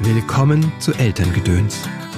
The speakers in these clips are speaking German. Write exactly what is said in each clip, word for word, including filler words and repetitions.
Willkommen zu Elterngedöns,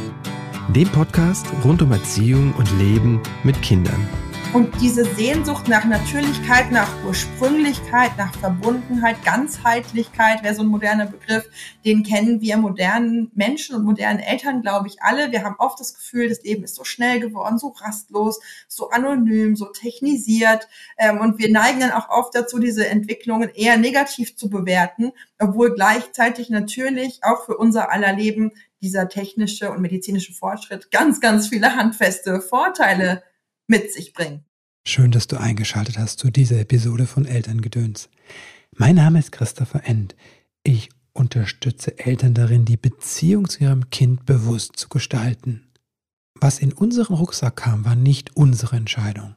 dem Podcast rund um Erziehung und Leben mit Kindern. Und diese Sehnsucht nach Natürlichkeit, nach Ursprünglichkeit, nach Verbundenheit, Ganzheitlichkeit wäre so ein moderner Begriff, den kennen wir modernen Menschen und modernen Eltern, glaube ich, alle. Wir haben oft das Gefühl, das Leben ist so schnell geworden, so rastlos, so anonym, so technisiert. Und wir neigen dann auch oft dazu, diese Entwicklungen eher negativ zu bewerten, obwohl gleichzeitig natürlich auch für unser aller Leben dieser technische und medizinische Fortschritt ganz, ganz viele handfeste Vorteile mit sich bringen. Schön, dass du eingeschaltet hast zu dieser Episode von Elterngedöns. Mein Name ist Christopher End. Ich unterstütze Eltern darin, die Beziehung zu ihrem Kind bewusst zu gestalten. Was in unseren Rucksack kam, war nicht unsere Entscheidung.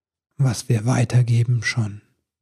Was wir weitergeben, schon.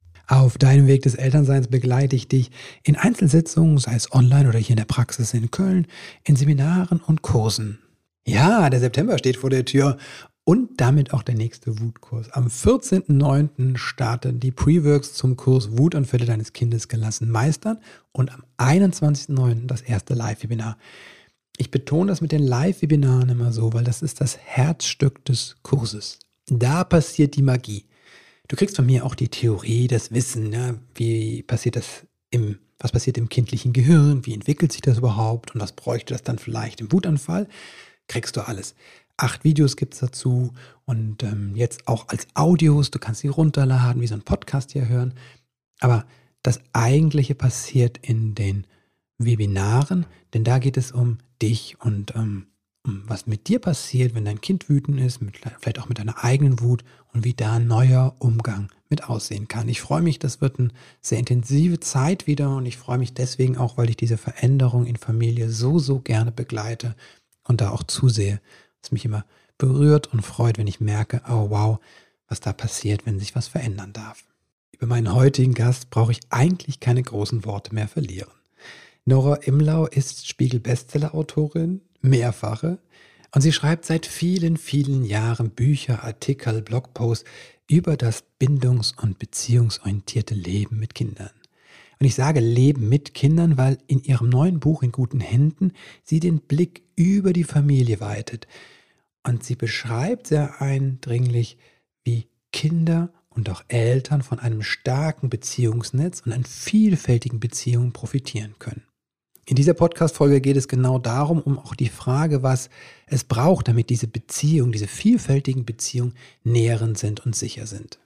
Auf deinem Weg des Elternseins begleite ich dich in Einzelsitzungen, sei es online oder hier in der Praxis in Köln, in Seminaren und Kursen. Ja, der September steht vor der Tür. Und damit auch der nächste Wutkurs. Am vierzehnten neunten starten die Pre-Works zum Kurs Wutanfälle deines Kindes gelassen meistern und am einundzwanzigsten neunten das erste Live-Webinar. Ich betone das mit den Live-Webinaren immer so, weil das ist das Herzstück des Kurses. Da passiert die Magie. Du kriegst von mir auch die Theorie, das Wissen, ne? Wie passiert das im, was passiert im kindlichen Gehirn, wie entwickelt sich das überhaupt und was bräuchte das dann vielleicht im Wutanfall? Kriegst du alles. Acht Videos gibt es dazu und ähm, jetzt auch als Audios. Du kannst sie runterladen, wie so ein Podcast hier hören. Aber das Eigentliche passiert in den Webinaren, denn da geht es um dich und ähm, um was mit dir passiert, wenn dein Kind wütend ist, mit, vielleicht auch mit deiner eigenen Wut und wie da ein neuer Umgang mit aussehen kann. Ich freue mich, das wird eine sehr intensive Zeit wieder und ich freue mich deswegen auch, weil ich diese Veränderung in Familie so, so gerne begleite und da auch zusehe. Es mich immer berührt und freut, wenn ich merke, oh wow, was da passiert, wenn sich was verändern darf. Über meinen heutigen Gast brauche ich eigentlich keine großen Worte mehr verlieren. Nora Imlau ist Spiegel-Bestseller-Autorin, mehrfache, und sie schreibt seit vielen, vielen Jahren Bücher, Artikel, Blogposts über das bindungs- und beziehungsorientierte Leben mit Kindern. Und ich sage Leben mit Kindern, weil in ihrem neuen Buch In guten Händen sie den Blick über die Familie weitet. Und sie beschreibt sehr eindringlich, wie Kinder und auch Eltern von einem starken Beziehungsnetz und an vielfältigen Beziehungen profitieren können. In dieser Podcast-Folge geht es genau darum, um auch die Frage, was es braucht, damit diese Beziehungen, diese vielfältigen Beziehungen nährend sind und sicher sind.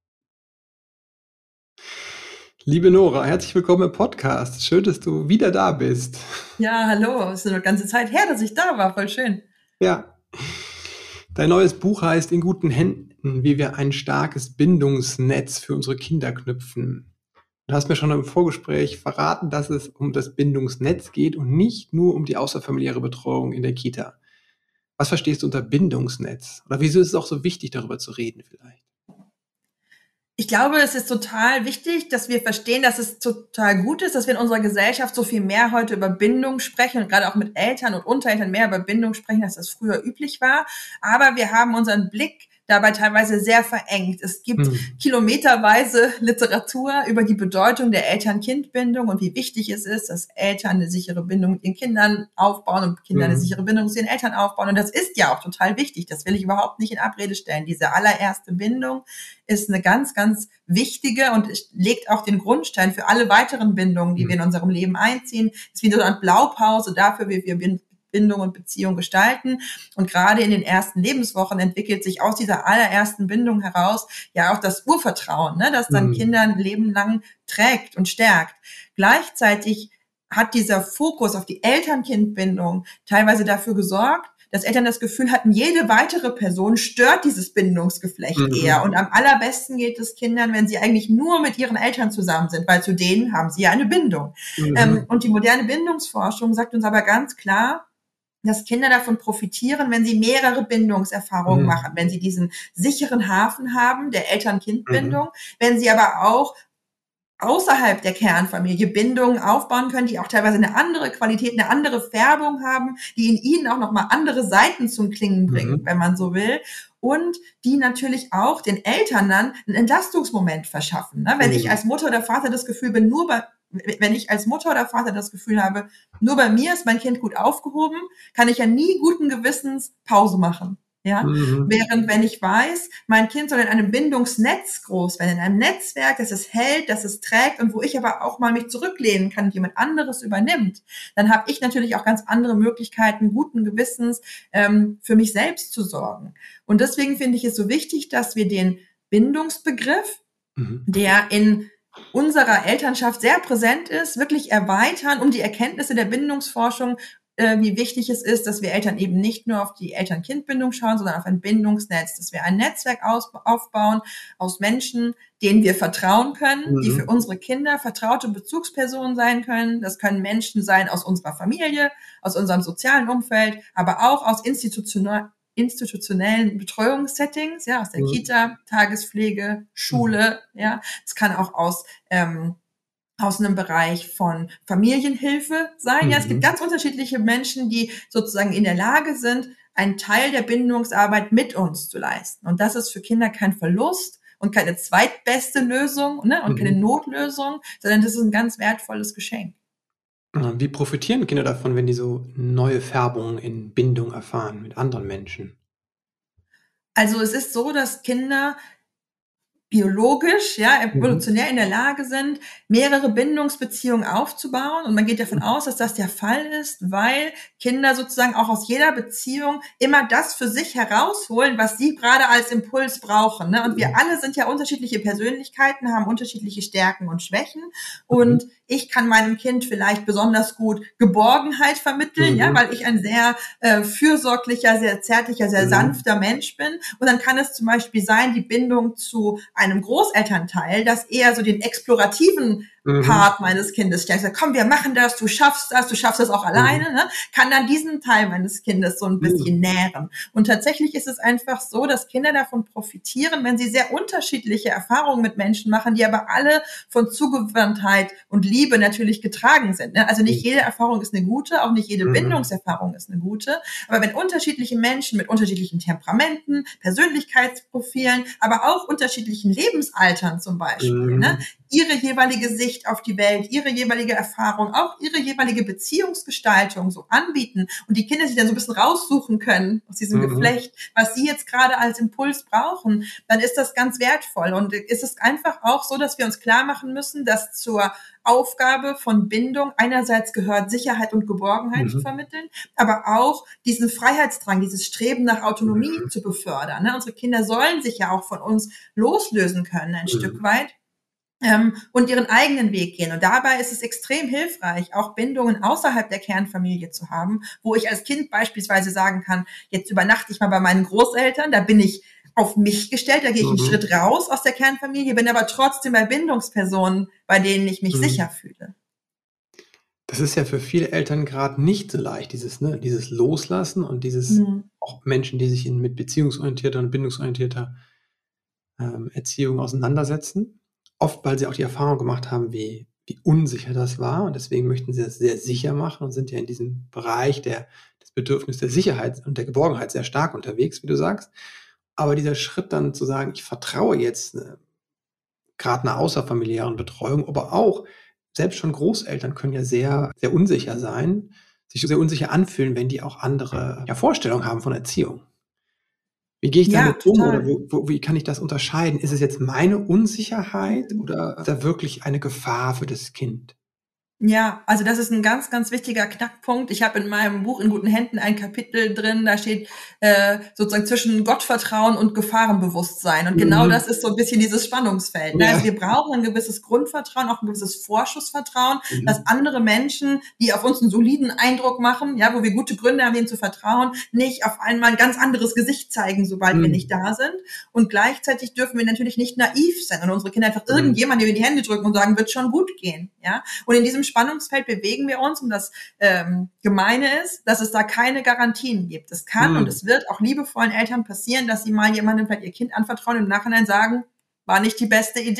Liebe Nora, herzlich willkommen im Podcast. Schön, dass du wieder da bist. Ja, hallo. Es ist eine ganze Zeit her, dass ich da war. Voll schön. Ja. Dein neues Buch heißt In guten Händen, wie wir ein starkes Bindungsnetz für unsere Kinder knüpfen. Du hast mir schon im Vorgespräch verraten, dass es um das Bindungsnetz geht und nicht nur um die außerfamiliäre Betreuung in der Kita. Was verstehst du unter Bindungsnetz? Oder wieso ist es auch so wichtig, darüber zu reden vielleicht? Ich glaube, es ist total wichtig, dass wir verstehen, dass es total gut ist, dass wir in unserer Gesellschaft so viel mehr heute über Bindung sprechen und gerade auch mit Eltern und Untereltern mehr über Bindung sprechen, als das früher üblich war. Aber wir haben unseren Blick dabei teilweise sehr verengt. Es gibt hm. kilometerweise Literatur über die Bedeutung der Eltern-Kind-Bindung und wie wichtig es ist, dass Eltern eine sichere Bindung mit ihren Kindern aufbauen und Kinder hm. eine sichere Bindung zu ihren Eltern aufbauen. Und das ist ja auch total wichtig. Das will ich überhaupt nicht in Abrede stellen. Diese allererste Bindung ist eine ganz, ganz wichtige und legt auch den Grundstein für alle weiteren Bindungen, die hm. wir in unserem Leben einziehen. Es ist wie so eine Blaupause dafür, wie wir Bindung und Beziehung gestalten. Und gerade in den ersten Lebenswochen entwickelt sich aus dieser allerersten Bindung heraus ja auch das Urvertrauen, ne, das dann mhm. Kinder ein Leben lang trägt und stärkt. Gleichzeitig hat dieser Fokus auf die Eltern-Kind-Bindung teilweise dafür gesorgt, dass Eltern das Gefühl hatten, jede weitere Person stört dieses Bindungsgeflecht mhm. eher. Und am allerbesten geht es Kindern, wenn sie eigentlich nur mit ihren Eltern zusammen sind, weil zu denen haben sie ja eine Bindung. Mhm. Ähm, und die moderne Bindungsforschung sagt uns aber ganz klar, dass Kinder davon profitieren, wenn sie mehrere Bindungserfahrungen mhm. machen, wenn sie diesen sicheren Hafen haben, der Eltern-Kind-Bindung, mhm. wenn sie aber auch außerhalb der Kernfamilie Bindungen aufbauen können, die auch teilweise eine andere Qualität, eine andere Färbung haben, die in ihnen auch nochmal andere Seiten zum Klingen bringen, mhm. wenn man so will. Und die natürlich auch den Eltern dann einen Entlastungsmoment verschaffen. Ne? Wenn mhm. ich als Mutter oder Vater das Gefühl bin, nur bei Wenn ich als Mutter oder Vater das Gefühl habe, nur bei mir ist mein Kind gut aufgehoben, kann ich ja nie guten Gewissens Pause machen. Ja, mhm. Während wenn ich weiß, mein Kind soll in einem Bindungsnetz groß werden, in einem Netzwerk, das es hält, das es trägt und wo ich aber auch mal mich zurücklehnen kann und jemand anderes übernimmt, dann habe ich natürlich auch ganz andere Möglichkeiten, guten Gewissens ähm, für mich selbst zu sorgen. Und deswegen finde ich es so wichtig, dass wir den Bindungsbegriff, mhm. der in unserer Elternschaft sehr präsent ist, wirklich erweitern, um die Erkenntnisse der Bindungsforschung, wie wichtig es ist, dass wir Eltern eben nicht nur auf die Eltern-Kind-Bindung schauen, sondern auf ein Bindungsnetz, dass wir ein Netzwerk aus, aufbauen aus Menschen, denen wir vertrauen können, mhm. die für unsere Kinder vertraute Bezugspersonen sein können. Das können Menschen sein aus unserer Familie, aus unserem sozialen Umfeld, aber auch aus institutionellen institutionellen Betreuungssettings, ja, aus der mhm. Kita, Tagespflege, Schule, mhm. ja. Es kann auch aus ähm, aus einem Bereich von Familienhilfe sein. Mhm. Ja, es gibt ganz unterschiedliche Menschen, die sozusagen in der Lage sind, einen Teil der Bindungsarbeit mit uns zu leisten. Und das ist für Kinder kein Verlust und keine zweitbeste Lösung, ne, und mhm. keine Notlösung, sondern das ist ein ganz wertvolles Geschenk. Wie profitieren Kinder davon, wenn die so neue Färbungen in Bindung erfahren mit anderen Menschen? Also es ist so, dass Kinder biologisch, ja, evolutionär in der Lage sind, mehrere Bindungsbeziehungen aufzubauen. Und man geht davon aus, dass das der Fall ist, weil Kinder sozusagen auch aus jeder Beziehung immer das für sich herausholen, was sie gerade als Impuls brauchen. Ne? Und wir alle sind ja unterschiedliche Persönlichkeiten, haben unterschiedliche Stärken und Schwächen. Und ich kann meinem Kind vielleicht besonders gut Geborgenheit vermitteln, mhm. ja, weil ich ein sehr äh, fürsorglicher, sehr zärtlicher, sehr mhm. sanfter Mensch bin. Und dann kann es zum Beispiel sein, die Bindung zu einem Großelternteil, das eher so den explorativen mhm. Part meines Kindes stärkt. Sagt, komm, wir machen das, du schaffst das, du schaffst das auch alleine, mhm. ne? Kann dann diesen Teil meines Kindes so ein bisschen mhm. nähren. Und tatsächlich ist es einfach so, dass Kinder davon profitieren, wenn sie sehr unterschiedliche Erfahrungen mit Menschen machen, die aber alle von Zugewandtheit und Liebe natürlich getragen sind. Ne? Also nicht jede Erfahrung ist eine gute, auch nicht jede mhm. Bindungserfahrung ist eine gute. Aber wenn unterschiedliche Menschen mit unterschiedlichen Temperamenten, Persönlichkeitsprofilen, aber auch unterschiedlichen Lebensaltern zum Beispiel, mhm. ne, ihre jeweilige Sicht auf die Welt, ihre jeweilige Erfahrung, auch ihre jeweilige Beziehungsgestaltung so anbieten und die Kinder sich dann so ein bisschen raussuchen können aus diesem mhm. Geflecht, was sie jetzt gerade als Impuls brauchen, dann ist das ganz wertvoll. Und ist es einfach auch so, dass wir uns klar machen müssen, dass zur Aufgabe von Bindung einerseits gehört, Sicherheit und Geborgenheit mhm. zu vermitteln, aber auch diesen Freiheitsdrang, dieses Streben nach Autonomie mhm. zu befördern. Ne? Unsere Kinder sollen sich ja auch von uns loslösen können, ein mhm. Stück weit. Ähm, und ihren eigenen Weg gehen. Und dabei ist es extrem hilfreich, auch Bindungen außerhalb der Kernfamilie zu haben, wo ich als Kind beispielsweise sagen kann, jetzt übernachte ich mal bei meinen Großeltern, da bin ich auf mich gestellt, da gehe ich mhm. einen Schritt raus aus der Kernfamilie, bin aber trotzdem bei Bindungspersonen, bei denen ich mich mhm. sicher fühle. Das ist ja für viele Eltern gerade nicht so leicht, dieses, ne, dieses Loslassen und dieses mhm. auch Menschen, die sich in, mit beziehungsorientierter und bindungsorientierter ähm, Erziehung auseinandersetzen. Oft, weil sie auch die Erfahrung gemacht haben, wie, wie unsicher das war. Und deswegen möchten sie das sehr sicher machen und sind ja in diesem Bereich der, des Bedürfnisses der Sicherheit und der Geborgenheit sehr stark unterwegs, wie du sagst. Aber dieser Schritt dann zu sagen, ich vertraue jetzt ne, gerade einer außerfamiliären Betreuung, aber auch selbst schon Großeltern können ja sehr, sehr unsicher sein, sich sehr unsicher anfühlen, wenn die auch andere ja, Vorstellungen haben von Erziehung. Wie gehe ich damit ja, um oder wo, wo, wie kann ich das unterscheiden? Ist es jetzt meine Unsicherheit oder ist da wirklich eine Gefahr für das Kind? Ja, also das ist ein ganz, ganz wichtiger Knackpunkt. Ich habe in meinem Buch In guten Händen ein Kapitel drin, da steht äh, sozusagen zwischen Gottvertrauen und Gefahrenbewusstsein. Und mhm. genau das ist so ein bisschen dieses Spannungsfeld. Ne? Ja. Also wir brauchen ein gewisses Grundvertrauen, auch ein gewisses Vorschussvertrauen, mhm. dass andere Menschen, die auf uns einen soliden Eindruck machen, ja, wo wir gute Gründe haben, denen zu vertrauen, nicht auf einmal ein ganz anderes Gesicht zeigen, sobald mhm. wir nicht da sind. Und gleichzeitig dürfen wir natürlich nicht naiv sein und unsere Kinder einfach mhm. irgendjemandem in die Hände drücken und sagen, wird schon gut gehen. Ja. Und in diesem Spannungsfeld bewegen wir uns und das ähm, Gemeine ist, dass es da keine Garantien gibt. Es kann mhm. und es wird auch liebevollen Eltern passieren, dass sie mal jemandem vielleicht ihr Kind anvertrauen und im Nachhinein sagen, war nicht die beste Idee.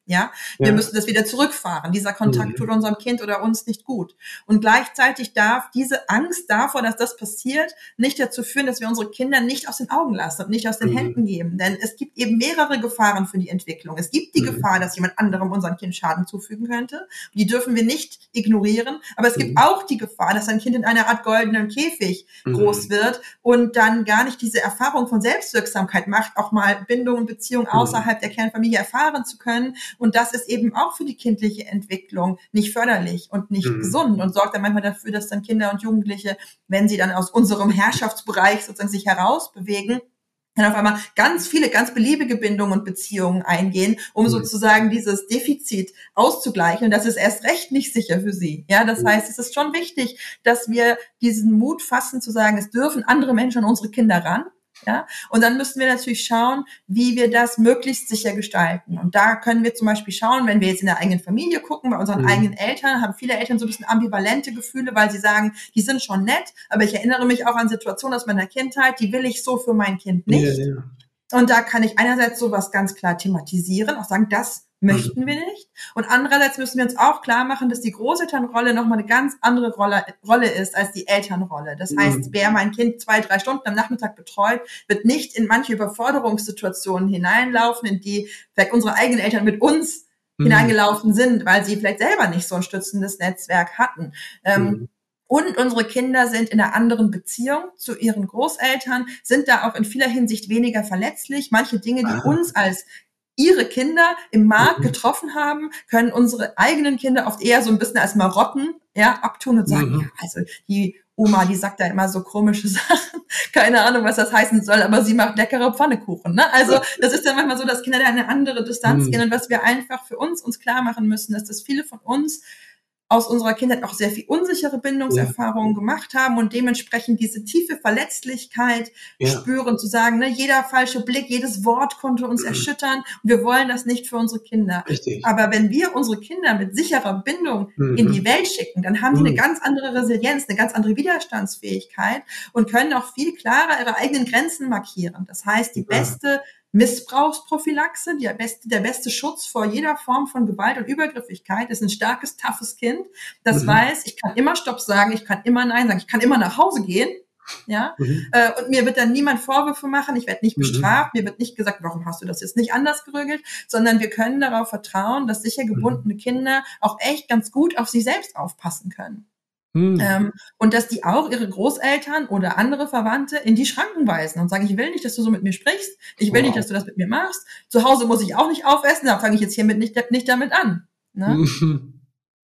Ja, wir Ja. müssen das wieder zurückfahren. Dieser Kontakt Mhm. tut unserem Kind oder uns nicht gut. Und gleichzeitig darf diese Angst davor, dass das passiert, nicht dazu führen, dass wir unsere Kinder nicht aus den Augen lassen und nicht aus den Mhm. Händen geben. Denn es gibt eben mehrere Gefahren für die Entwicklung. Es gibt die Mhm. Gefahr, dass jemand anderem unserem Kind Schaden zufügen könnte. Die dürfen wir nicht ignorieren. Aber es gibt Mhm. auch die Gefahr, dass ein Kind in einer Art goldenen Käfig Mhm. groß wird und dann gar nicht diese Erfahrung von Selbstwirksamkeit macht, auch mal Bindung und Beziehung außerhalb der Kernfamilie erfahren zu können. Und das ist eben auch für die kindliche Entwicklung nicht förderlich und nicht Mhm. gesund und sorgt dann manchmal dafür, dass dann Kinder und Jugendliche, wenn sie dann aus unserem Herrschaftsbereich sozusagen sich herausbewegen, dann auf einmal ganz viele, ganz beliebige Bindungen und Beziehungen eingehen, um Mhm. sozusagen dieses Defizit auszugleichen. Und das ist erst recht nicht sicher für sie. Ja, das Mhm. heißt, es ist schon wichtig, dass wir diesen Mut fassen, zu sagen, es dürfen andere Menschen an unsere Kinder ran. Ja, und dann müssen wir natürlich schauen, wie wir das möglichst sicher gestalten. Und da können wir zum Beispiel schauen, wenn wir jetzt in der eigenen Familie gucken, bei unseren Mhm. eigenen Eltern, haben viele Eltern so ein bisschen ambivalente Gefühle, weil sie sagen, die sind schon nett, aber ich erinnere mich auch an Situationen aus meiner Kindheit, die will ich so für mein Kind nicht. Ja, ja. Und da kann ich einerseits sowas ganz klar thematisieren, auch sagen, das möchten Mhm. wir nicht. Und andererseits müssen wir uns auch klar machen, dass die Großelternrolle nochmal eine ganz andere Rolle, Rolle ist als die Elternrolle. Das Mhm. heißt, wer mein Kind zwei, drei Stunden am Nachmittag betreut, wird nicht in manche Überforderungssituationen hineinlaufen, in die vielleicht unsere eigenen Eltern mit uns Mhm. hineingelaufen sind, weil sie vielleicht selber nicht so ein stützendes Netzwerk hatten. Ähm, Mhm. Und unsere Kinder sind in einer anderen Beziehung zu ihren Großeltern, sind da auch in vieler Hinsicht weniger verletzlich. Manche Dinge, die Ah. uns als ihre Kinder im Markt Mhm. getroffen haben, können unsere eigenen Kinder oft eher so ein bisschen als Marotten, ja, abtun und sagen, Mhm. ja, also die Oma, die sagt da immer so komische Sachen. Keine Ahnung, was das heißen soll, aber sie macht leckere Pfannekuchen, ne? Also, das ist dann manchmal so, dass Kinder da in eine andere Distanz Mhm. gehen und was wir einfach für uns uns klar machen müssen, ist, dass viele von uns aus unserer Kindheit auch sehr viel unsichere Bindungserfahrungen Ja. gemacht haben und dementsprechend diese tiefe Verletzlichkeit Ja. spüren, zu sagen, ne, jeder falsche Blick, jedes Wort konnte uns Mhm. erschüttern und wir wollen das nicht für unsere Kinder. Richtig. Aber wenn wir unsere Kinder mit sicherer Bindung Mhm. in die Welt schicken, dann haben die Mhm. eine ganz andere Resilienz, eine ganz andere Widerstandsfähigkeit und können auch viel klarer ihre eigenen Grenzen markieren. Das heißt, die Ja. beste Missbrauchsprophylaxe, die beste, der beste Schutz vor jeder Form von Gewalt und Übergriffigkeit ist ein starkes, toughes Kind, das Mhm. weiß, ich kann immer Stopp sagen, ich kann immer Nein sagen, ich kann immer nach Hause gehen, ja, Mhm. äh, und mir wird dann niemand Vorwürfe machen, ich werde nicht Mhm. bestraft, mir wird nicht gesagt, warum hast du das jetzt nicht anders geregelt, sondern wir können darauf vertrauen, dass sicher gebundene Kinder auch echt ganz gut auf sich selbst aufpassen können. Mhm. Ähm, und dass die auch ihre Großeltern oder andere Verwandte in die Schranken weisen und sagen, ich will nicht, dass du so mit mir sprichst, ich will Wow. nicht, dass du das mit mir machst, zu Hause muss ich auch nicht aufessen, da fange ich jetzt hiermit nicht, nicht damit an. Ne? Mhm.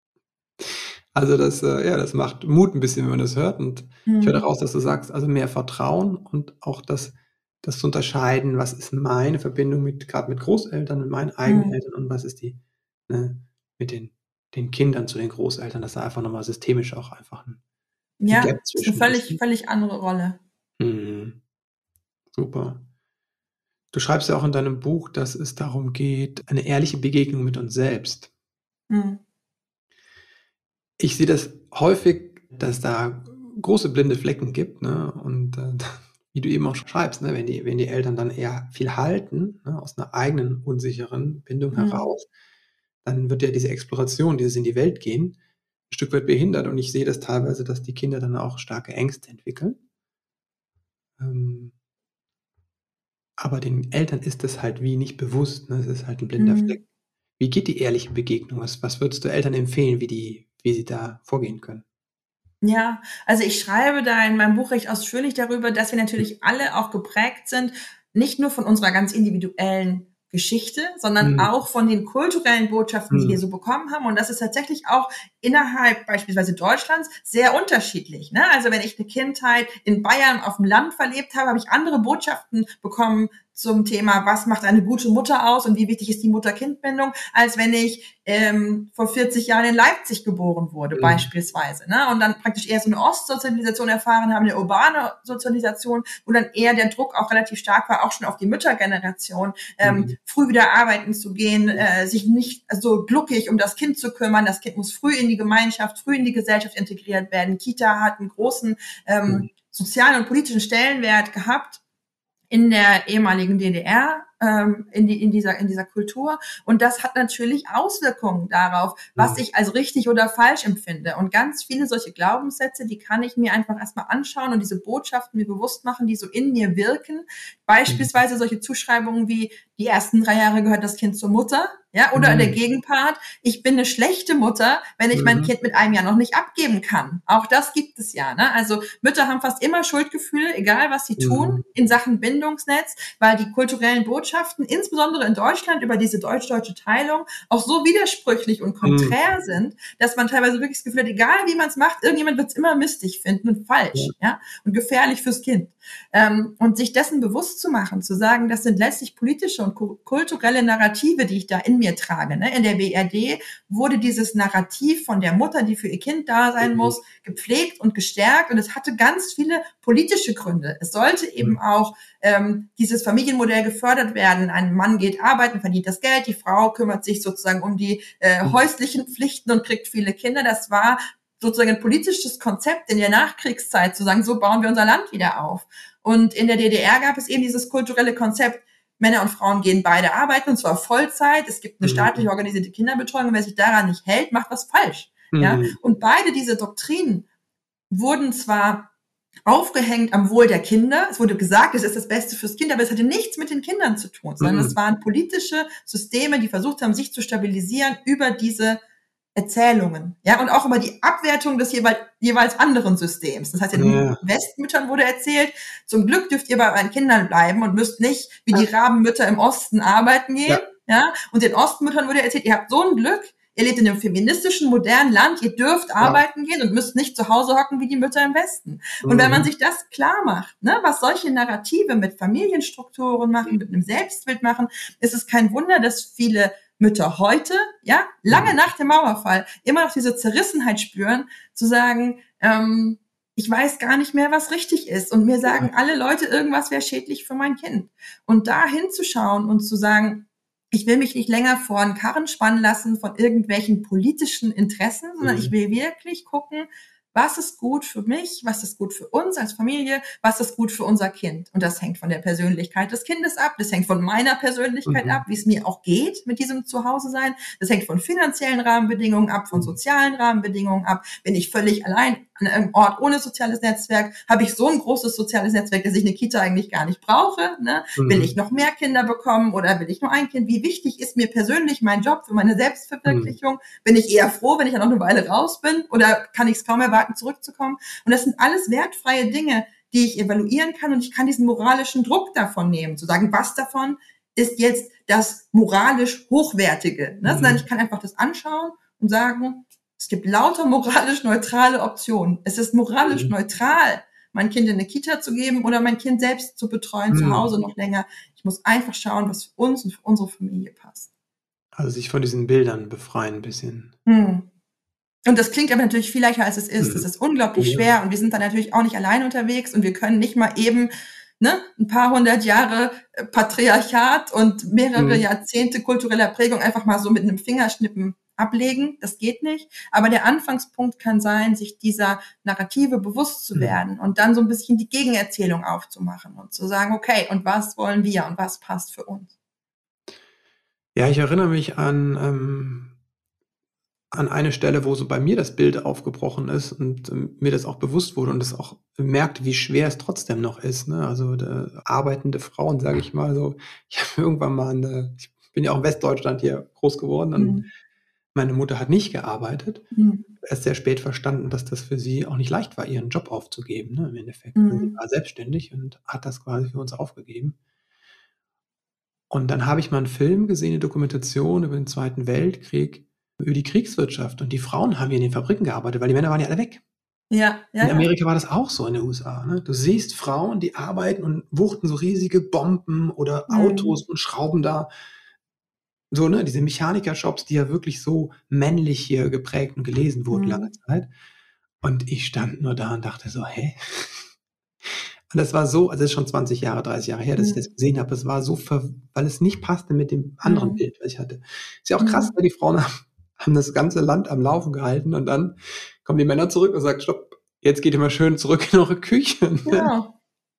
Also das, äh, ja, das macht Mut ein bisschen, wenn man das hört. Und ich höre Mhm. daraus, dass du sagst, also mehr Vertrauen und auch das, das zu unterscheiden, was ist meine Verbindung mit, gerade mit Großeltern, mit meinen eigenen Mhm. Eltern und was ist die, ne, mit den, den Kindern zu den Großeltern, dass da einfach nochmal systemisch auch einfach ein, ein Ja, Gap ist eine zwischen ist. völlig, völlig andere Rolle. Mhm. Super. Du schreibst ja auch in deinem Buch, dass es darum geht, eine ehrliche Begegnung mit uns selbst. Mhm. Ich sehe das häufig, dass da große blinde Flecken gibt, ne? Und äh, wie du eben auch schon schreibst, ne? Wenn die, wenn die Eltern dann eher viel halten, ne? Aus einer eigenen unsicheren Bindung Mhm. heraus, dann wird ja diese Exploration, dieses in die Welt gehen, ein Stück weit behindert. Und ich sehe das teilweise, dass die Kinder dann auch starke Ängste entwickeln. Ähm, aber den Eltern ist das halt wie nicht bewusst, ne? Es ist halt ein blinder Fleck. Mhm. Wie geht die ehrliche Begegnung? Was, was würdest du Eltern empfehlen, wie die, wie sie da vorgehen können? Ja, also ich schreibe da in meinem Buch recht ausführlich darüber, dass wir natürlich alle auch geprägt sind, nicht nur von unserer ganz individuellen Geschichte, sondern Mhm. auch von den kulturellen Botschaften, die wir Mhm. so bekommen haben. Und das ist tatsächlich auch innerhalb beispielsweise Deutschlands sehr unterschiedlich. Ne? Also wenn ich eine Kindheit in Bayern auf dem Land verlebt habe, habe ich andere Botschaften bekommen zum Thema, was macht eine gute Mutter aus und wie wichtig ist die Mutter-Kind-Bindung, als wenn ich ähm, vor vierzig Jahren in Leipzig geboren wurde, Mhm. beispielsweise. Ne? Und dann praktisch eher so eine Ostsozialisation erfahren haben, eine urbane Sozialisation, wo dann eher der Druck auch relativ stark war, auch schon auf die Müttergeneration, ähm, Mhm. früh wieder arbeiten zu gehen, äh, sich nicht so gluckig um das Kind zu kümmern. Das Kind muss früh in die Gemeinschaft, früh in die Gesellschaft integriert werden. Kita hat einen großen ähm, Mhm. sozialen und politischen Stellenwert gehabt in der ehemaligen D D R, ähm, in, die, in, dieser, in dieser Kultur. Und das hat natürlich Auswirkungen darauf, was ich als richtig oder falsch empfinde. Und ganz viele solche Glaubenssätze, die kann ich mir einfach erstmal anschauen und diese Botschaften mir bewusst machen, die so in mir wirken. Beispielsweise solche Zuschreibungen wie, die ersten drei Jahre gehört das Kind zur Mutter. Ja, oder mhm. der Gegenpart, ich bin eine schlechte Mutter, wenn ich mhm. mein Kind mit einem Jahr noch nicht abgeben kann. Auch das gibt es ja. Ne? Also Mütter haben fast immer Schuldgefühle, egal was sie mhm. tun, in Sachen Bindungsnetz, weil die kulturellen Botschaften, insbesondere in Deutschland, über diese deutsch-deutsche Teilung auch so widersprüchlich und konträr mhm. sind, dass man teilweise wirklich das Gefühl hat, egal wie man es macht, irgendjemand wird es immer mistig finden und falsch ja. Ja? Und gefährlich fürs Kind. Ähm, und sich dessen bewusst zu machen, zu sagen, das sind letztlich politische und kulturelle Narrative, die ich da in mir trage. Ne? In der B R D wurde dieses Narrativ von der Mutter, die für ihr Kind da sein mhm. muss, gepflegt und gestärkt und es hatte ganz viele politische Gründe. Es sollte eben auch ähm, dieses Familienmodell gefördert werden. Ein Mann geht arbeiten, verdient das Geld, die Frau kümmert sich sozusagen um die äh, häuslichen Pflichten und kriegt viele Kinder. Das war sozusagen ein politisches Konzept in der Nachkriegszeit, zu sagen, so bauen wir unser Land wieder auf. Und in der D D R gab es eben dieses kulturelle Konzept, Männer und Frauen gehen beide arbeiten, und zwar Vollzeit. Es gibt eine staatlich organisierte Kinderbetreuung, und wer sich daran nicht hält, macht was falsch. Mhm. Ja? Und beide diese Doktrinen wurden zwar aufgehängt am Wohl der Kinder, es wurde gesagt, es ist das Beste fürs Kind, aber es hatte nichts mit den Kindern zu tun, sondern mhm. es waren politische Systeme, die versucht haben, sich zu stabilisieren über diese Erzählungen, ja, und auch über die Abwertung des jeweils, jeweils anderen Systems. Das heißt, den ja. Westmüttern wurde erzählt, zum Glück dürft ihr bei euren Kindern bleiben und müsst nicht wie die Rabenmütter im Osten arbeiten gehen, ja, ja? Und den Ostmüttern wurde erzählt, ihr habt so ein Glück, ihr lebt in einem feministischen, modernen Land, ihr dürft ja. arbeiten gehen und müsst nicht zu Hause hocken wie die Mütter im Westen. Und mhm. wenn man sich das klar macht, ne, was solche Narrative mit Familienstrukturen machen, mit einem Selbstbild machen, ist es kein Wunder, dass viele Mütter heute, ja, lange nach dem Mauerfall, immer noch diese Zerrissenheit spüren, zu sagen, ähm, ich weiß gar nicht mehr, was richtig ist. Und mir sagen ja. alle Leute, irgendwas wäre schädlich für mein Kind. Und da hinzuschauen und zu sagen, ich will mich nicht länger vor einen Karren spannen lassen von irgendwelchen politischen Interessen, sondern mhm. ich will wirklich gucken, was ist gut für mich, was ist gut für uns als Familie, was ist gut für unser Kind. Und das hängt von der Persönlichkeit des Kindes ab, das hängt von meiner Persönlichkeit mhm. ab, wie es mir auch geht mit diesem Zuhause-Sein. Das hängt von finanziellen Rahmenbedingungen ab, von sozialen Rahmenbedingungen ab. Bin ich völlig allein an einem Ort ohne soziales Netzwerk, habe ich so ein großes soziales Netzwerk, dass ich eine Kita eigentlich gar nicht brauche. Ne? Mhm. Will ich noch mehr Kinder bekommen oder will ich nur ein Kind? Wie wichtig ist mir persönlich mein Job für meine Selbstverwirklichung? Mhm. Bin ich eher froh, wenn ich dann noch eine Weile raus bin, oder kann ich es kaum erwarten, zurückzukommen? Und das sind alles wertfreie Dinge, die ich evaluieren kann, und ich kann diesen moralischen Druck davon nehmen, zu sagen, was davon ist jetzt das moralisch Hochwertige. Ne? Mhm. Sondern ich kann einfach das anschauen und sagen, es gibt lauter moralisch neutrale Optionen. Es ist moralisch mhm. neutral, mein Kind in eine Kita zu geben oder mein Kind selbst zu betreuen, mhm. zu Hause noch länger. Ich muss einfach schauen, was für uns und für unsere Familie passt. Also sich von diesen Bildern befreien ein bisschen. Mhm. Und das klingt aber natürlich viel leichter, als es ist. Es ist unglaublich ja. schwer, und wir sind da natürlich auch nicht allein unterwegs, und wir können nicht mal eben ne, ein paar hundert Jahre Patriarchat und mehrere mhm. Jahrzehnte kultureller Prägung einfach mal so mit einem Fingerschnippen ablegen. Das geht nicht. Aber der Anfangspunkt kann sein, sich dieser Narrative bewusst zu werden mhm. und dann so ein bisschen die Gegenerzählung aufzumachen und zu sagen, okay, und was wollen wir und was passt für uns? Ja, ich erinnere mich an... Ähm an eine Stelle, wo so bei mir das Bild aufgebrochen ist und ähm, mir das auch bewusst wurde und es auch merkte, wie schwer es trotzdem noch ist. Ne? Also äh, arbeitende Frauen, sage ich mal so. Ich habe irgendwann mal, eine, ich bin ja auch in Westdeutschland hier groß geworden, und mhm. meine Mutter hat nicht gearbeitet. Mhm. Erst sehr spät verstanden, dass das für sie auch nicht leicht war, ihren Job aufzugeben. Ne? Im Endeffekt, mhm. sie war selbstständig und hat das quasi für uns aufgegeben. Und dann habe ich mal einen Film gesehen, eine Dokumentation über den Zweiten Weltkrieg, über die Kriegswirtschaft, und die Frauen haben hier in den Fabriken gearbeitet, weil die Männer waren ja alle weg. Ja, ja, in Amerika ja. war das auch so, in den U S A. Ne? Du siehst Frauen, die arbeiten und wuchten so riesige Bomben oder mhm. Autos und schrauben da. So, ne, diese Mechanikerjobs, die ja wirklich so männlich hier geprägt und gelesen wurden mhm. lange Zeit. Und ich stand nur da und dachte so, hä? Und das war so, also das ist schon zwanzig Jahre, dreißig Jahre her, dass mhm. ich das gesehen habe. Es war so, ver- weil es nicht passte mit dem anderen mhm. Bild, was ich hatte. Ist ja auch krass, weil die Frauen haben haben das ganze Land am Laufen gehalten, und dann kommen die Männer zurück und sagen, stopp, jetzt geht ihr mal schön zurück in eure Küche. Genau.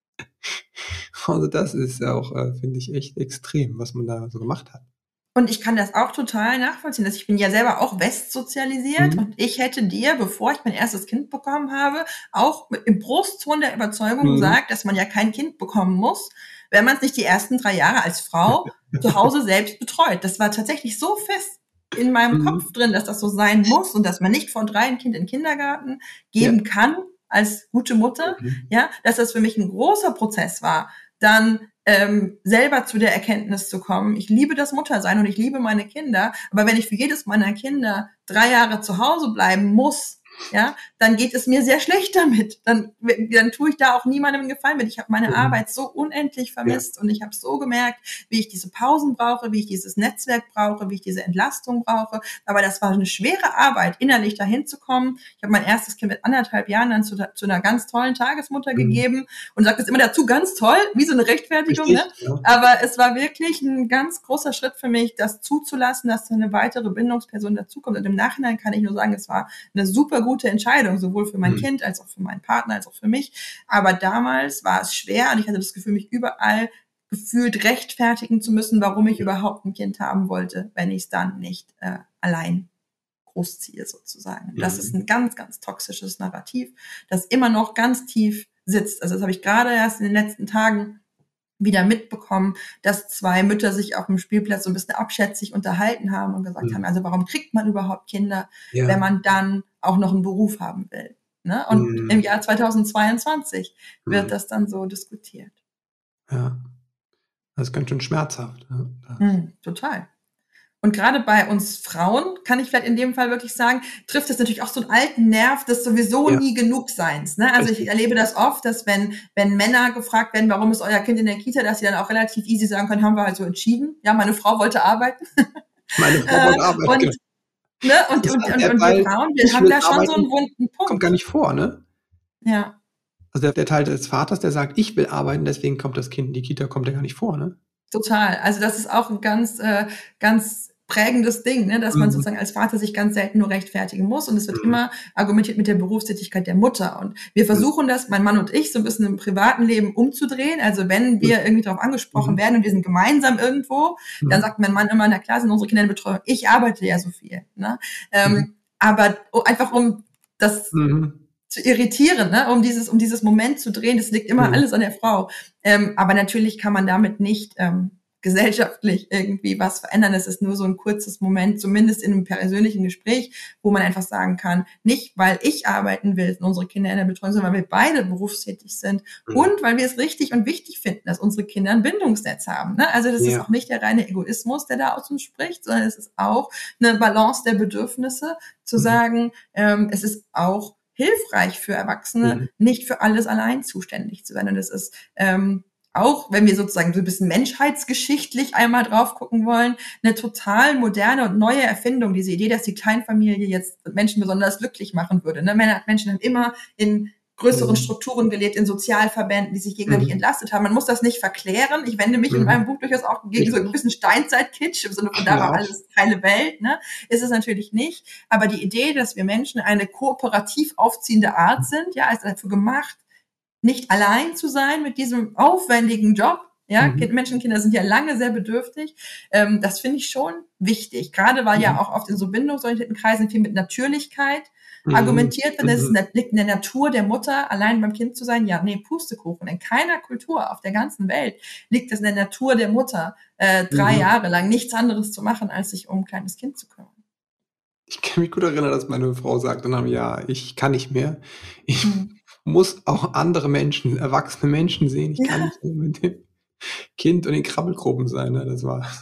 Also das ist auch, äh, finde ich, echt extrem, was man da so gemacht hat. Und ich kann das auch total nachvollziehen. Also ich bin ja selber auch westsozialisiert Mhm. und ich hätte dir, bevor ich mein erstes Kind bekommen habe, auch mit im Brustton der Überzeugung Mhm. gesagt, dass man ja kein Kind bekommen muss, wenn man es nicht die ersten drei Jahre als Frau zu Hause selbst betreut. Das war tatsächlich so fest in meinem Mhm. Kopf drin, dass das so sein muss und dass man nicht von drei ein Kind in den Kindergarten geben Ja. kann als gute Mutter, Mhm. ja, dass das für mich ein großer Prozess war, dann ähm, selber zu der Erkenntnis zu kommen, ich liebe das Muttersein und ich liebe meine Kinder, aber wenn ich für jedes meiner Kinder drei Jahre zu Hause bleiben muss, ja, dann geht es mir sehr schlecht damit. Dann, dann tue ich da auch niemandem einen Gefallen mit. Ich habe meine Mhm. Arbeit so unendlich vermisst ja. und ich habe so gemerkt, wie ich diese Pausen brauche, wie ich dieses Netzwerk brauche, wie ich diese Entlastung brauche. Aber das war eine schwere Arbeit, innerlich dahin zu kommen. Ich habe mein erstes Kind mit anderthalb Jahren dann zu, zu einer ganz tollen Tagesmutter mhm. gegeben und sage das immer dazu, ganz toll, wie so eine Rechtfertigung. Richtig, ne? Ja. Aber es war wirklich ein ganz großer Schritt für mich, das zuzulassen, dass da eine weitere Bindungsperson dazukommt. Und im Nachhinein kann ich nur sagen, es war eine super gute Entscheidung, sowohl für mein mhm. Kind als auch für meinen Partner, als auch für mich. Aber damals war es schwer und ich hatte das Gefühl, mich überall gefühlt rechtfertigen zu müssen, warum ich überhaupt ein Kind haben wollte, wenn ich es dann nicht äh, allein großziehe sozusagen. Mhm. Das ist ein ganz, ganz toxisches Narrativ, das immer noch ganz tief sitzt. Also das habe ich gerade erst in den letzten Tagen wieder mitbekommen, dass zwei Mütter sich auf dem Spielplatz so ein bisschen abschätzig unterhalten haben und gesagt mhm. haben, also warum kriegt man überhaupt Kinder, ja. wenn man dann auch noch einen Beruf haben will? Ne? Und mhm. im Jahr zweitausendzweiundzwanzig mhm. wird das dann so diskutiert. Ja, das ist ganz schön schmerzhaft. Ja. Mhm, total. Und gerade bei uns Frauen, kann ich vielleicht in dem Fall wirklich sagen, trifft es natürlich auch so einen alten Nerv des sowieso ja. nie genug Seins. Ne? Also ich erlebe das oft, dass wenn wenn Männer gefragt werden, warum ist euer Kind in der Kita, dass sie dann auch relativ easy sagen können, haben wir halt so entschieden. Ja, meine Frau wollte arbeiten. Meine Frau wollte arbeiten. Und, ne? und, und, und, und wir Frauen, wir haben da schon so einen wunden Punkt. Kommt gar nicht vor, ne? Ja. Also der, der Teil des Vaters, der sagt, ich will arbeiten, deswegen kommt das Kind in die Kita, kommt ja gar nicht vor, ne? Total. Also das ist auch ein ganz, äh, ganz prägendes Ding, ne, dass man mhm. sozusagen als Vater sich ganz selten nur rechtfertigen muss und es wird mhm. immer argumentiert mit der Berufstätigkeit der Mutter und wir versuchen das, mein Mann und ich, so ein bisschen im privaten Leben umzudrehen, also wenn wir mhm. irgendwie darauf angesprochen mhm. werden und wir sind gemeinsam irgendwo, mhm. dann sagt mein Mann immer, na klar sind unsere Kinder in Betreuung, ich arbeite ja so viel, ne, ähm, mhm. aber einfach um das mhm. zu irritieren, ne, um dieses, um dieses Moment zu drehen, das liegt immer mhm. alles an der Frau, ähm, aber natürlich kann man damit nicht ähm, gesellschaftlich irgendwie was verändern. Es ist nur so ein kurzes Moment, zumindest in einem persönlichen Gespräch, wo man einfach sagen kann, nicht weil ich arbeiten will, unsere Kinder in der Betreuung, sondern weil wir beide berufstätig sind mhm. und weil wir es richtig und wichtig finden, dass unsere Kinder ein Bindungsnetz haben. Ne? Also das ja. ist auch nicht der reine Egoismus, der da aus uns spricht, sondern es ist auch eine Balance der Bedürfnisse, zu mhm. sagen, ähm, es ist auch hilfreich für Erwachsene, mhm. nicht für alles allein zuständig zu sein. Und es ist ähm, auch, wenn wir sozusagen so ein bisschen menschheitsgeschichtlich einmal drauf gucken wollen, eine total moderne und neue Erfindung, diese Idee, dass die Kleinfamilie jetzt Menschen besonders glücklich machen würde. Ne? Menschen haben immer in größeren mhm. Strukturen gelebt, in Sozialverbänden, die sich gegenseitig mhm. entlastet haben. Man muss das nicht verklären. Ich wende mich mhm. in meinem Buch durchaus auch gegen so ein bisschen Steinzeit-Kitsch, im Sinne von da war alles heile Welt. Ne? Ist es natürlich nicht. Aber die Idee, dass wir Menschen eine kooperativ aufziehende Art sind, ja, ist dafür gemacht, nicht allein zu sein mit diesem aufwendigen Job. Ja, mhm. Menschenkinder sind ja lange sehr bedürftig. Ähm, das finde ich schon wichtig. Gerade weil mhm. ja auch oft in so bindungsorientierten Kreisen viel mit Natürlichkeit mhm. argumentiert wird. Das mhm. liegt in der Natur der Mutter, allein beim Kind zu sein. Ja, nee, Pustekuchen. In keiner Kultur auf der ganzen Welt liegt es in der Natur der Mutter, äh, drei mhm. Jahre lang nichts anderes zu machen, als sich um ein kleines Kind zu kümmern. Ich kann mich gut erinnern, dass meine Frau sagte nach einem Jahr, ich kann nicht mehr. Ich mhm. muss auch andere Menschen, erwachsene Menschen sehen. Ich kann ja. nicht nur mit dem Kind und den Krabbelgruppen sein. Ne? Das war.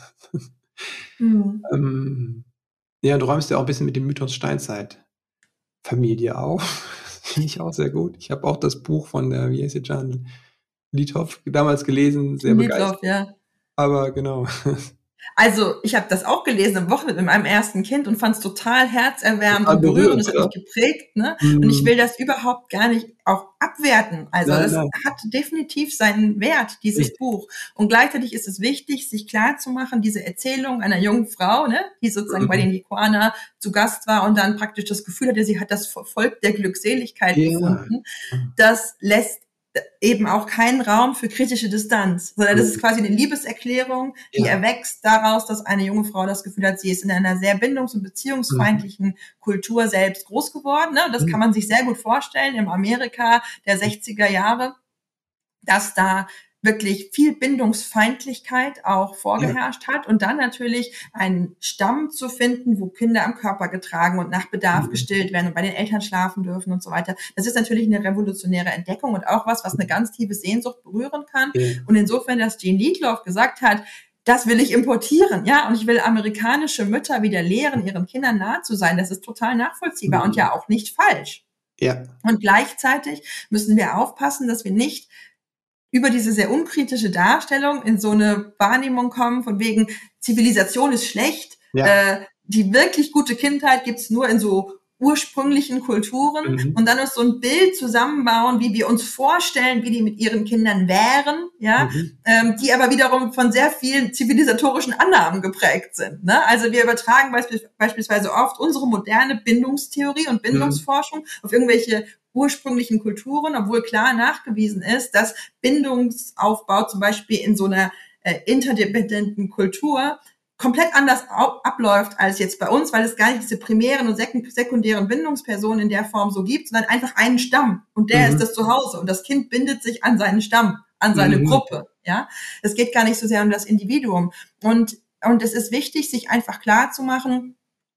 mhm. ähm, ja, du räumst ja auch ein bisschen mit dem Mythos Steinzeit-Familie auf. Finde ich auch sehr gut. Ich habe auch das Buch von der, wie heißt sie, Jan Liethoff damals gelesen, sehr Liethoff, begeistert. Ja. Aber genau. Also, ich habe das auch gelesen am Wochenende mit meinem ersten Kind und fand es total herzerwärmend und berührend. Das hat mich geprägt, ne? Mhm. Und ich will das überhaupt gar nicht auch abwerten. Also, nein, das nein. hat definitiv seinen Wert, dieses Richtig. Buch. Und gleichzeitig ist es wichtig, sich klar zu machen, diese Erzählung einer jungen Frau, ne, die sozusagen mhm. bei den Likuaner zu Gast war und dann praktisch das Gefühl hatte, sie hat das Volk der Glückseligkeit ja. gefunden. Das lässt eben auch keinen Raum für kritische Distanz, sondern das ist quasi eine Liebeserklärung, die ja. erwächst daraus, dass eine junge Frau das Gefühl hat, sie ist in einer sehr bindungs- und beziehungsfeindlichen mhm. Kultur selbst groß geworden. Ne? Das mhm. kann man sich sehr gut vorstellen im Amerika der sechziger Jahre, dass da wirklich viel Bindungsfeindlichkeit auch vorgeherrscht ja. hat und dann natürlich einen Stamm zu finden, wo Kinder am Körper getragen und nach Bedarf mhm. gestillt werden und bei den Eltern schlafen dürfen und so weiter. Das ist natürlich eine revolutionäre Entdeckung und auch was, was eine ganz tiefe Sehnsucht berühren kann. Ja. Und insofern, dass Jean Lietloff gesagt hat, das will ich importieren, ja, und ich will amerikanische Mütter wieder lehren, ihren Kindern nahe zu sein, das ist total nachvollziehbar mhm. und ja auch nicht falsch. Ja. Und gleichzeitig müssen wir aufpassen, dass wir nicht über diese sehr unkritische Darstellung in so eine Wahrnehmung kommen, von wegen Zivilisation ist schlecht, ja. äh, die wirklich gute Kindheit gibt's nur in so ursprünglichen Kulturen mhm. und dann uns so ein Bild zusammenbauen, wie wir uns vorstellen, wie die mit ihren Kindern wären, ja, mhm. ähm, die aber wiederum von sehr vielen zivilisatorischen Annahmen geprägt sind. Ne? Also wir übertragen beisp- beispielsweise oft unsere moderne Bindungstheorie und Bindungsforschung mhm. auf irgendwelche ursprünglichen Kulturen, obwohl klar nachgewiesen ist, dass Bindungsaufbau zum Beispiel in so einer äh, interdependenten Kultur komplett anders au- abläuft als jetzt bei uns, weil es gar nicht diese primären und sek- sekundären Bindungspersonen in der Form so gibt, sondern einfach einen Stamm und der mhm. ist das Zuhause und das Kind bindet sich an seinen Stamm, an seine mhm. Gruppe. Ja, es geht gar nicht so sehr um das Individuum und und es ist wichtig, sich einfach klar zu machen,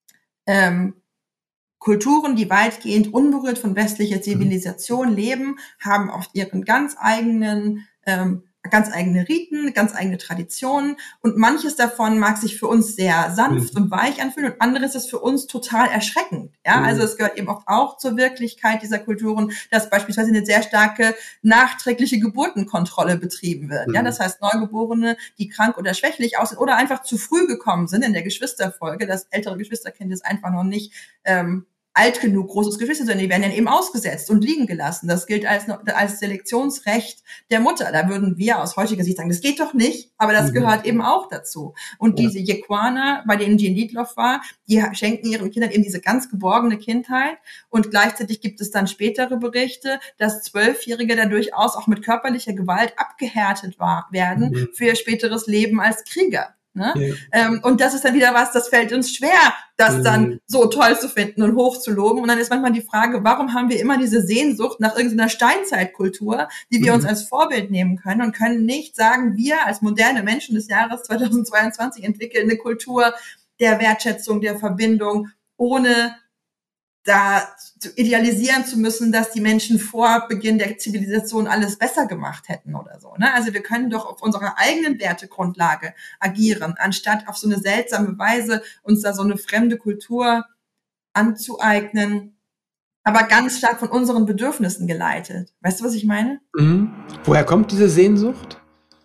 ähm, Kulturen, die weitgehend unberührt von westlicher Zivilisation mhm. leben, haben oft ihren ganz eigenen, ähm, ganz eigene Riten, ganz eigene Traditionen und manches davon mag sich für uns sehr sanft mhm. und weich anfühlen und anderes ist für uns total erschreckend. Ja, mhm. also es gehört eben oft auch zur Wirklichkeit dieser Kulturen, dass beispielsweise eine sehr starke nachträgliche Geburtenkontrolle betrieben wird. Mhm. Ja, das heißt Neugeborene, die krank oder schwächlich aussehen oder einfach zu früh gekommen sind in der Geschwisterfolge, das ältere Geschwisterkind ist einfach noch nicht ähm, alt genug, großes Geschwister, sondern die werden dann eben ausgesetzt und liegen gelassen. Das gilt als, als Selektionsrecht der Mutter. Da würden wir aus heutiger Sicht sagen, das geht doch nicht, aber das mhm. gehört eben auch dazu. Und ja. diese Yekwana, bei denen Jean Lietloff war, die schenken ihren Kindern eben diese ganz geborgene Kindheit und gleichzeitig gibt es dann spätere Berichte, dass Zwölfjährige da durchaus auch mit körperlicher Gewalt abgehärtet war, werden mhm. für ihr späteres Leben als Krieger. Ne? Ja. Ähm, und das ist dann wieder was, das fällt uns schwer, das mhm. dann so toll zu finden und hoch zu loben. Und dann ist manchmal die Frage, warum haben wir immer diese Sehnsucht nach irgendeiner Steinzeitkultur, die wir mhm. uns als Vorbild nehmen können und können nicht sagen, wir als moderne Menschen des Jahres zweitausendzweiundzwanzig entwickeln eine Kultur der Wertschätzung, der Verbindung, ohne da zu idealisieren zu müssen, dass die Menschen vor Beginn der Zivilisation alles besser gemacht hätten oder so. Ne? Also wir können doch auf unserer eigenen Wertegrundlage agieren, anstatt auf so eine seltsame Weise uns da so eine fremde Kultur anzueignen, aber ganz stark von unseren Bedürfnissen geleitet. Weißt du, was ich meine? Mhm. Woher kommt diese Sehnsucht?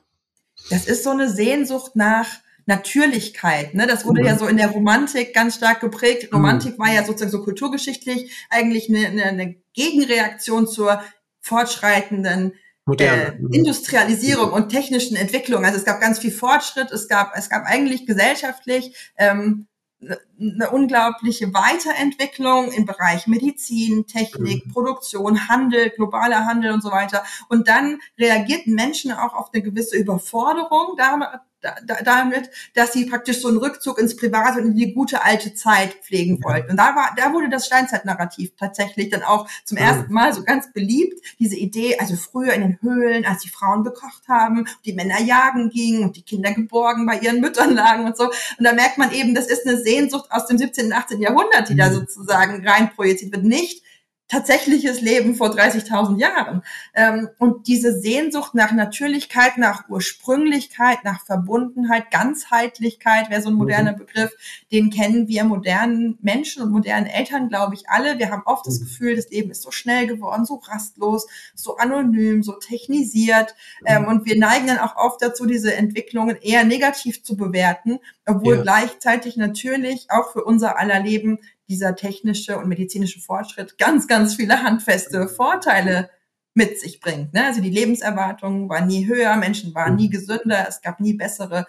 Das ist so eine Sehnsucht nach Natürlichkeit, ne? Das wurde mhm. ja so in der Romantik ganz stark geprägt. Romantik mhm. war ja sozusagen so kulturgeschichtlich eigentlich eine, eine, eine Gegenreaktion zur fortschreitenden äh, Industrialisierung und technischen Entwicklung. Also es gab ganz viel Fortschritt, es gab es gab eigentlich gesellschaftlich ähm, eine unglaubliche Weiterentwicklung im Bereich Medizin, Technik, mhm. Produktion, Handel, globaler Handel und so weiter. Und dann reagierten Menschen auch auf eine gewisse Überforderung damit, damit, dass sie praktisch so einen Rückzug ins Private und in die gute alte Zeit pflegen wollten. Und da war, da wurde das Steinzeitnarrativ tatsächlich dann auch zum ersten Mal so ganz beliebt. Diese Idee, also früher in den Höhlen, als die Frauen gekocht haben, die Männer jagen gingen und die Kinder geborgen bei ihren Müttern lagen und so. Und da merkt man eben, das ist eine Sehnsucht aus dem siebzehnten, achtzehnten Jahrhundert, die da sozusagen reinprojiziert wird. Nicht tatsächliches Leben vor dreißigtausend Jahren. Ähm, und diese Sehnsucht nach Natürlichkeit, nach Ursprünglichkeit, nach Verbundenheit, Ganzheitlichkeit wäre so ein moderner Begriff, den kennen wir modernen Menschen und modernen Eltern, glaube ich, alle. Wir haben oft das Gefühl, das Leben ist so schnell geworden, so rastlos, so anonym, so technisiert. Ähm, und wir neigen dann auch oft dazu, diese Entwicklungen eher negativ zu bewerten, obwohl ja. gleichzeitig natürlich auch für unser aller Leben dieser technische und medizinische Fortschritt ganz, ganz viele handfeste Vorteile mit sich bringt. Ne? Also die Lebenserwartung war nie höher, Menschen waren nie gesünder, es gab nie bessere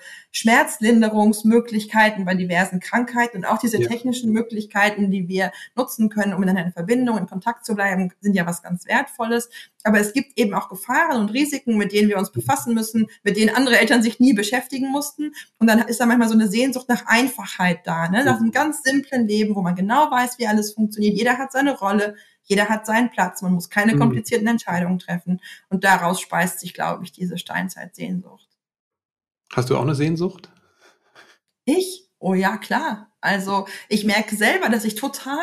Schmerzlinderungsmöglichkeiten bei diversen Krankheiten und auch diese Ja. technischen Möglichkeiten, die wir nutzen können, um miteinander in Verbindung, in Kontakt zu bleiben, sind ja was ganz Wertvolles. Aber es gibt eben auch Gefahren und Risiken, mit denen wir uns befassen müssen, mit denen andere Eltern sich nie beschäftigen mussten. Und dann ist da manchmal so eine Sehnsucht nach Einfachheit da, ne? Nach einem ganz simplen Leben, wo man genau weiß, wie alles funktioniert. Jeder hat seine Rolle. Jeder hat seinen Platz, man muss keine komplizierten Entscheidungen treffen. Und daraus speist sich, glaube ich, diese Steinzeitsehnsucht. Hast du auch eine Sehnsucht? Ich? Oh ja, klar. Also ich merke selber, dass ich total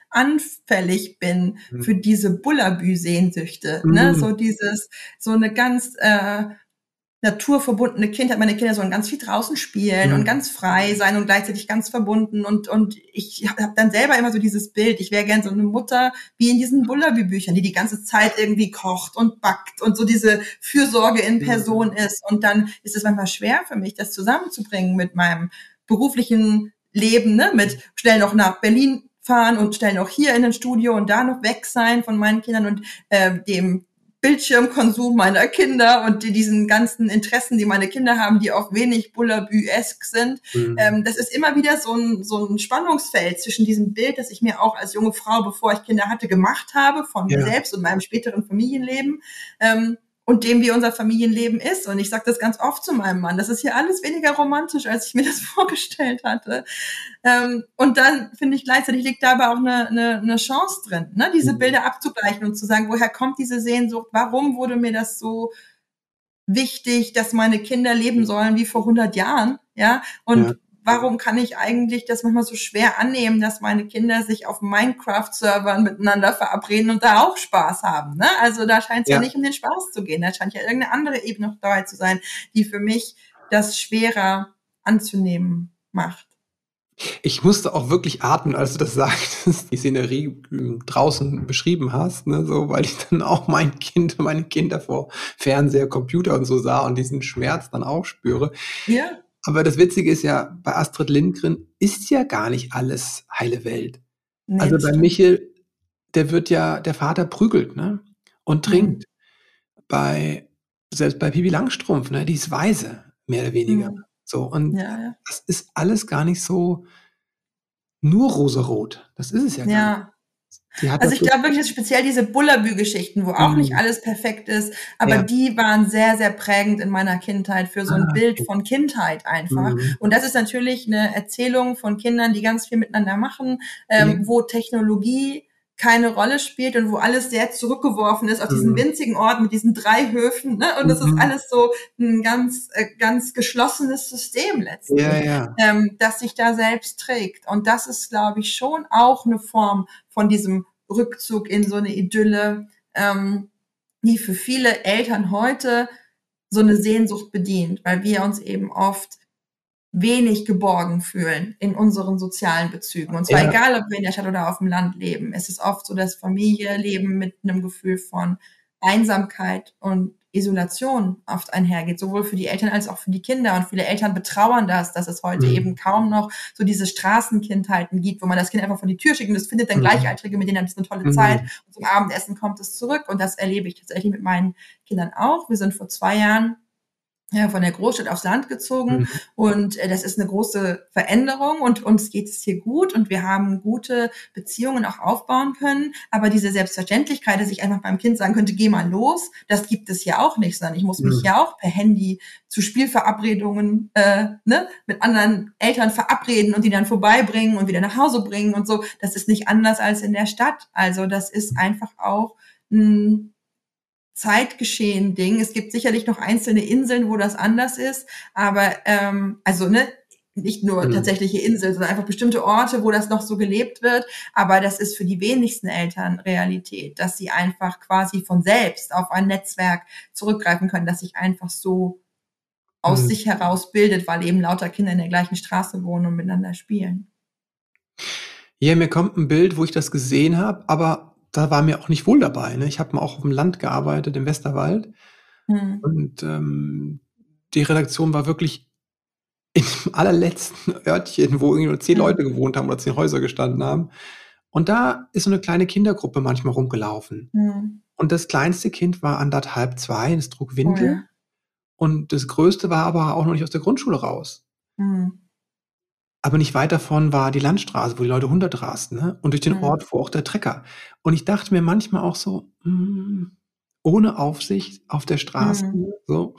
anfällig bin Mhm. für diese Bullabü-Sehnsüchte. Mhm. Ne? So dieses, so eine ganz äh, naturverbundene Kindheit. Meine Kinder sollen ganz viel draußen spielen Mhm. und ganz frei sein und gleichzeitig ganz verbunden. Und, und ich habe dann selber immer so dieses Bild, ich wäre gern so eine Mutter wie in diesen Bullabü-Büchern, die die ganze Zeit irgendwie kocht und backt und so diese Fürsorge in Person Mhm. ist. Und dann ist es manchmal schwer für mich, das zusammenzubringen mit meinem beruflichen Leben, ne? Mit schnell noch nach Berlin fahren und schnell noch hier in ein Studio und da noch weg sein von meinen Kindern und äh, dem Bildschirmkonsum meiner Kinder und die, diesen ganzen Interessen, die meine Kinder haben, die auch wenig Bullabü-esk sind. Mhm. Ähm, das ist immer wieder so ein, so ein Spannungsfeld zwischen diesem Bild, das ich mir auch als junge Frau, bevor ich Kinder hatte, gemacht habe, von Ja. mir selbst und meinem späteren Familienleben, ähm, und dem, wie unser Familienleben ist. Und ich sage das ganz oft zu meinem Mann, das ist hier alles weniger romantisch, als ich mir das vorgestellt hatte. Ähm, und dann finde ich gleichzeitig liegt da aber auch eine, eine, eine Chance drin, ne? Diese Mhm. Bilder abzugleichen und zu sagen, woher kommt diese Sehnsucht? Warum wurde mir das so wichtig, dass meine Kinder leben sollen wie vor hundert Jahren? Ja, und Ja. warum kann ich eigentlich das manchmal so schwer annehmen, dass meine Kinder sich auf Minecraft-Servern miteinander verabreden und da auch Spaß haben? Ne? Also da scheint es ja. Ja. nicht um den Spaß zu gehen. Da scheint ja irgendeine andere Ebene noch dabei zu sein, die für mich das schwerer anzunehmen macht. Ich musste auch wirklich atmen, als du das sagtest, die Szenerie ähm, draußen beschrieben hast, ne, so, weil ich dann auch mein Kind, meine Kinder vor Fernseher, Computer und so sah und diesen Schmerz dann auch spüre. Ja. Aber das Witzige ist ja, bei Astrid Lindgren ist ja gar nicht alles heile Welt. Nee, Also das bei stimmt. Michel, der wird ja, der Vater prügelt, ne? Und trinkt. Mhm. Bei, selbst bei Pippi Langstrumpf, ne? Die ist weise, mehr oder weniger. Mhm. So, und Ja, ja. das ist alles gar nicht so nur rosarot. Das ist es ja gar nicht. Ja. Die hat Also ich das glaube wirklich, dass speziell diese Bullabü-Geschichten, wo auch Mhm. nicht alles perfekt ist, aber Ja. die waren sehr, sehr prägend in meiner Kindheit für so ein Ah, Bild okay. von Kindheit einfach. Mhm. Und das ist natürlich eine Erzählung von Kindern, die ganz viel miteinander machen, ähm, Ja. wo Technologie keine Rolle spielt und wo alles sehr zurückgeworfen ist auf diesen Mhm. winzigen Ort mit diesen drei Höfen, ne? Und das ist Mhm. alles so ein ganz, äh, ganz geschlossenes System letztlich, Ja, ja. ähm, das sich da selbst trägt. Und das ist, glaube ich, schon auch eine Form von diesem Rückzug in so eine Idylle, ähm, die für viele Eltern heute so eine Sehnsucht bedient, weil wir uns eben oft wenig geborgen fühlen in unseren sozialen Bezügen. Und zwar Ja. egal, ob wir in der Stadt oder auf dem Land leben. Es ist oft so, dass Familie leben mit einem Gefühl von Einsamkeit und Isolation oft einhergeht, sowohl für die Eltern als auch für die Kinder. Und viele Eltern betrauern das, dass es heute Mhm. eben kaum noch so diese Straßenkindheiten gibt, wo man das Kind einfach vor die Tür schickt und es findet dann Mhm. Gleichaltrige, mit denen hat es eine tolle Mhm. Zeit. Und zum Abendessen kommt es zurück. Und das erlebe ich tatsächlich mit meinen Kindern auch. Wir sind vor zwei Jahren ja, von der Großstadt aufs Land gezogen Mhm. und äh, das ist eine große Veränderung und uns geht es hier gut und wir haben gute Beziehungen auch aufbauen können, aber diese Selbstverständlichkeit, dass ich einfach beim Kind sagen könnte, geh mal los, das gibt es ja auch nicht, sondern ich muss mich Mhm. ja auch per Handy zu Spielverabredungen äh, ne, mit anderen Eltern verabreden und die dann vorbeibringen und wieder nach Hause bringen und so. Das ist nicht anders als in der Stadt. Also das ist einfach auch ein Zeitgeschehen-Ding. Es gibt sicherlich noch einzelne Inseln, wo das anders ist, aber ähm, also ne, nicht nur Mhm. tatsächliche Inseln, sondern einfach bestimmte Orte, wo das noch so gelebt wird. Aber das ist für die wenigsten Eltern Realität, dass sie einfach quasi von selbst auf ein Netzwerk zurückgreifen können, das sich einfach so aus Mhm. sich heraus bildet, weil eben lauter Kinder in der gleichen Straße wohnen und miteinander spielen. Ja, mir kommt ein Bild, wo ich das gesehen habe, aber da war mir auch nicht wohl dabei, ne? Ich habe mal auch auf dem Land gearbeitet, im Westerwald. Hm. Und ähm, die Redaktion war wirklich im allerletzten Örtchen, wo irgendwie nur zehn Hm. Leute gewohnt haben oder zehn Häuser gestanden haben. Und da ist so eine kleine Kindergruppe manchmal rumgelaufen. Hm. Und das kleinste Kind war anderthalb, zwei, es trug Windel. Oh ja. Und das Größte war aber auch noch nicht aus der Grundschule raus. Mhm. Aber nicht weit davon war die Landstraße, wo die Leute hundert rasten, ne? Und durch den Mhm. Ort fuhr auch der Trecker. Und ich dachte mir manchmal auch so, mm, ohne Aufsicht auf der Straße, Mhm. so.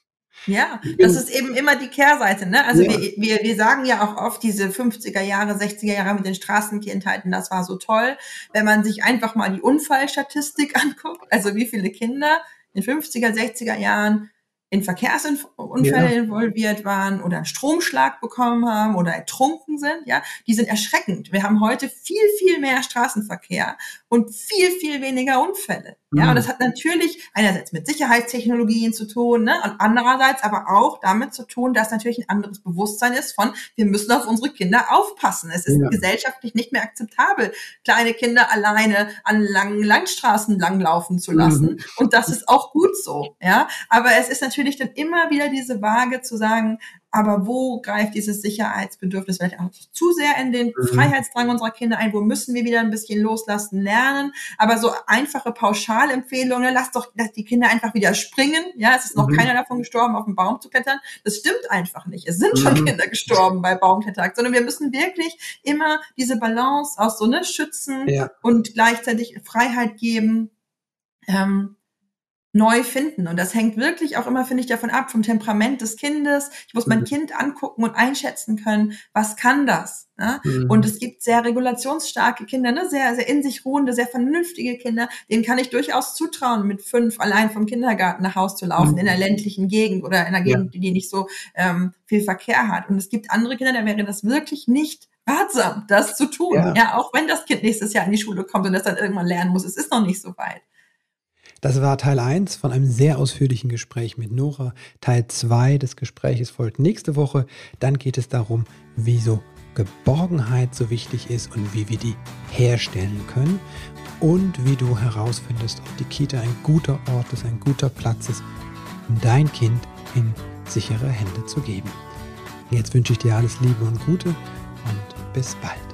Ja, Ich das bin- ist eben immer die Kehrseite, ne? Also Ja. wir, wir, wir sagen ja auch oft diese fünfziger Jahre, sechziger Jahre mit den Straßenkindheiten, das war so toll. Wenn man sich einfach mal die Unfallstatistik anguckt, also wie viele Kinder in fünfziger, sechziger Jahren in Verkehrsunfälle Ja. involviert waren oder einen Stromschlag bekommen haben oder ertrunken sind, ja, die sind erschreckend. Wir haben heute viel, viel mehr Straßenverkehr und viel, viel weniger Unfälle. Ja, Mhm. und das hat natürlich einerseits mit Sicherheitstechnologien zu tun, ne, und andererseits aber auch damit zu tun, dass natürlich ein anderes Bewusstsein ist von, wir müssen auf unsere Kinder aufpassen. Es ist Ja. gesellschaftlich nicht mehr akzeptabel, kleine Kinder alleine an langen Landstraßen langlaufen zu lassen. Mhm. Und das ist auch gut so, ja. Aber es ist natürlich dann immer wieder diese Waage zu sagen, aber wo greift dieses Sicherheitsbedürfnis vielleicht auch zu sehr in den Mhm. Freiheitsdrang unserer Kinder ein? Wo müssen wir wieder ein bisschen loslassen lernen? Aber so einfache Pauschalempfehlungen, lass doch lass die Kinder einfach wieder springen. Ja, es ist noch Mhm. keiner davon gestorben, auf den Baum zu klettern. Das stimmt einfach nicht. Es sind schon Mhm. Kinder gestorben bei Baumkletterjagd, sondern wir müssen wirklich immer diese Balance aus so, ne, schützen Ja. und gleichzeitig Freiheit geben, ähm, neu finden. Und das hängt wirklich auch immer, finde ich, davon ab, vom Temperament des Kindes. Ich muss mein Mhm. Kind angucken und einschätzen können, was kann das? Ne? Mhm. Und es gibt sehr regulationsstarke Kinder, ne? sehr, sehr in sich ruhende, sehr vernünftige Kinder, denen kann ich durchaus zutrauen, mit fünf allein vom Kindergarten nach Hause zu laufen, Mhm. in einer ländlichen Gegend oder in einer Ja. Gegend, die nicht so ähm, viel Verkehr hat. Und es gibt andere Kinder, da wäre das wirklich nicht ratsam, das zu tun. Ja. Ja, auch wenn das Kind nächstes Jahr in die Schule kommt und das dann irgendwann lernen muss. Es ist noch nicht so weit. Das war Teil eins von einem sehr ausführlichen Gespräch mit Nora. Teil zwei des Gespräches folgt nächste Woche. Dann geht es darum, wieso Geborgenheit so wichtig ist und wie wir die herstellen können und wie du herausfindest, ob die Kita ein guter Ort ist, ein guter Platz ist, um dein Kind in sichere Hände zu geben. Jetzt wünsche ich dir alles Liebe und Gute und bis bald.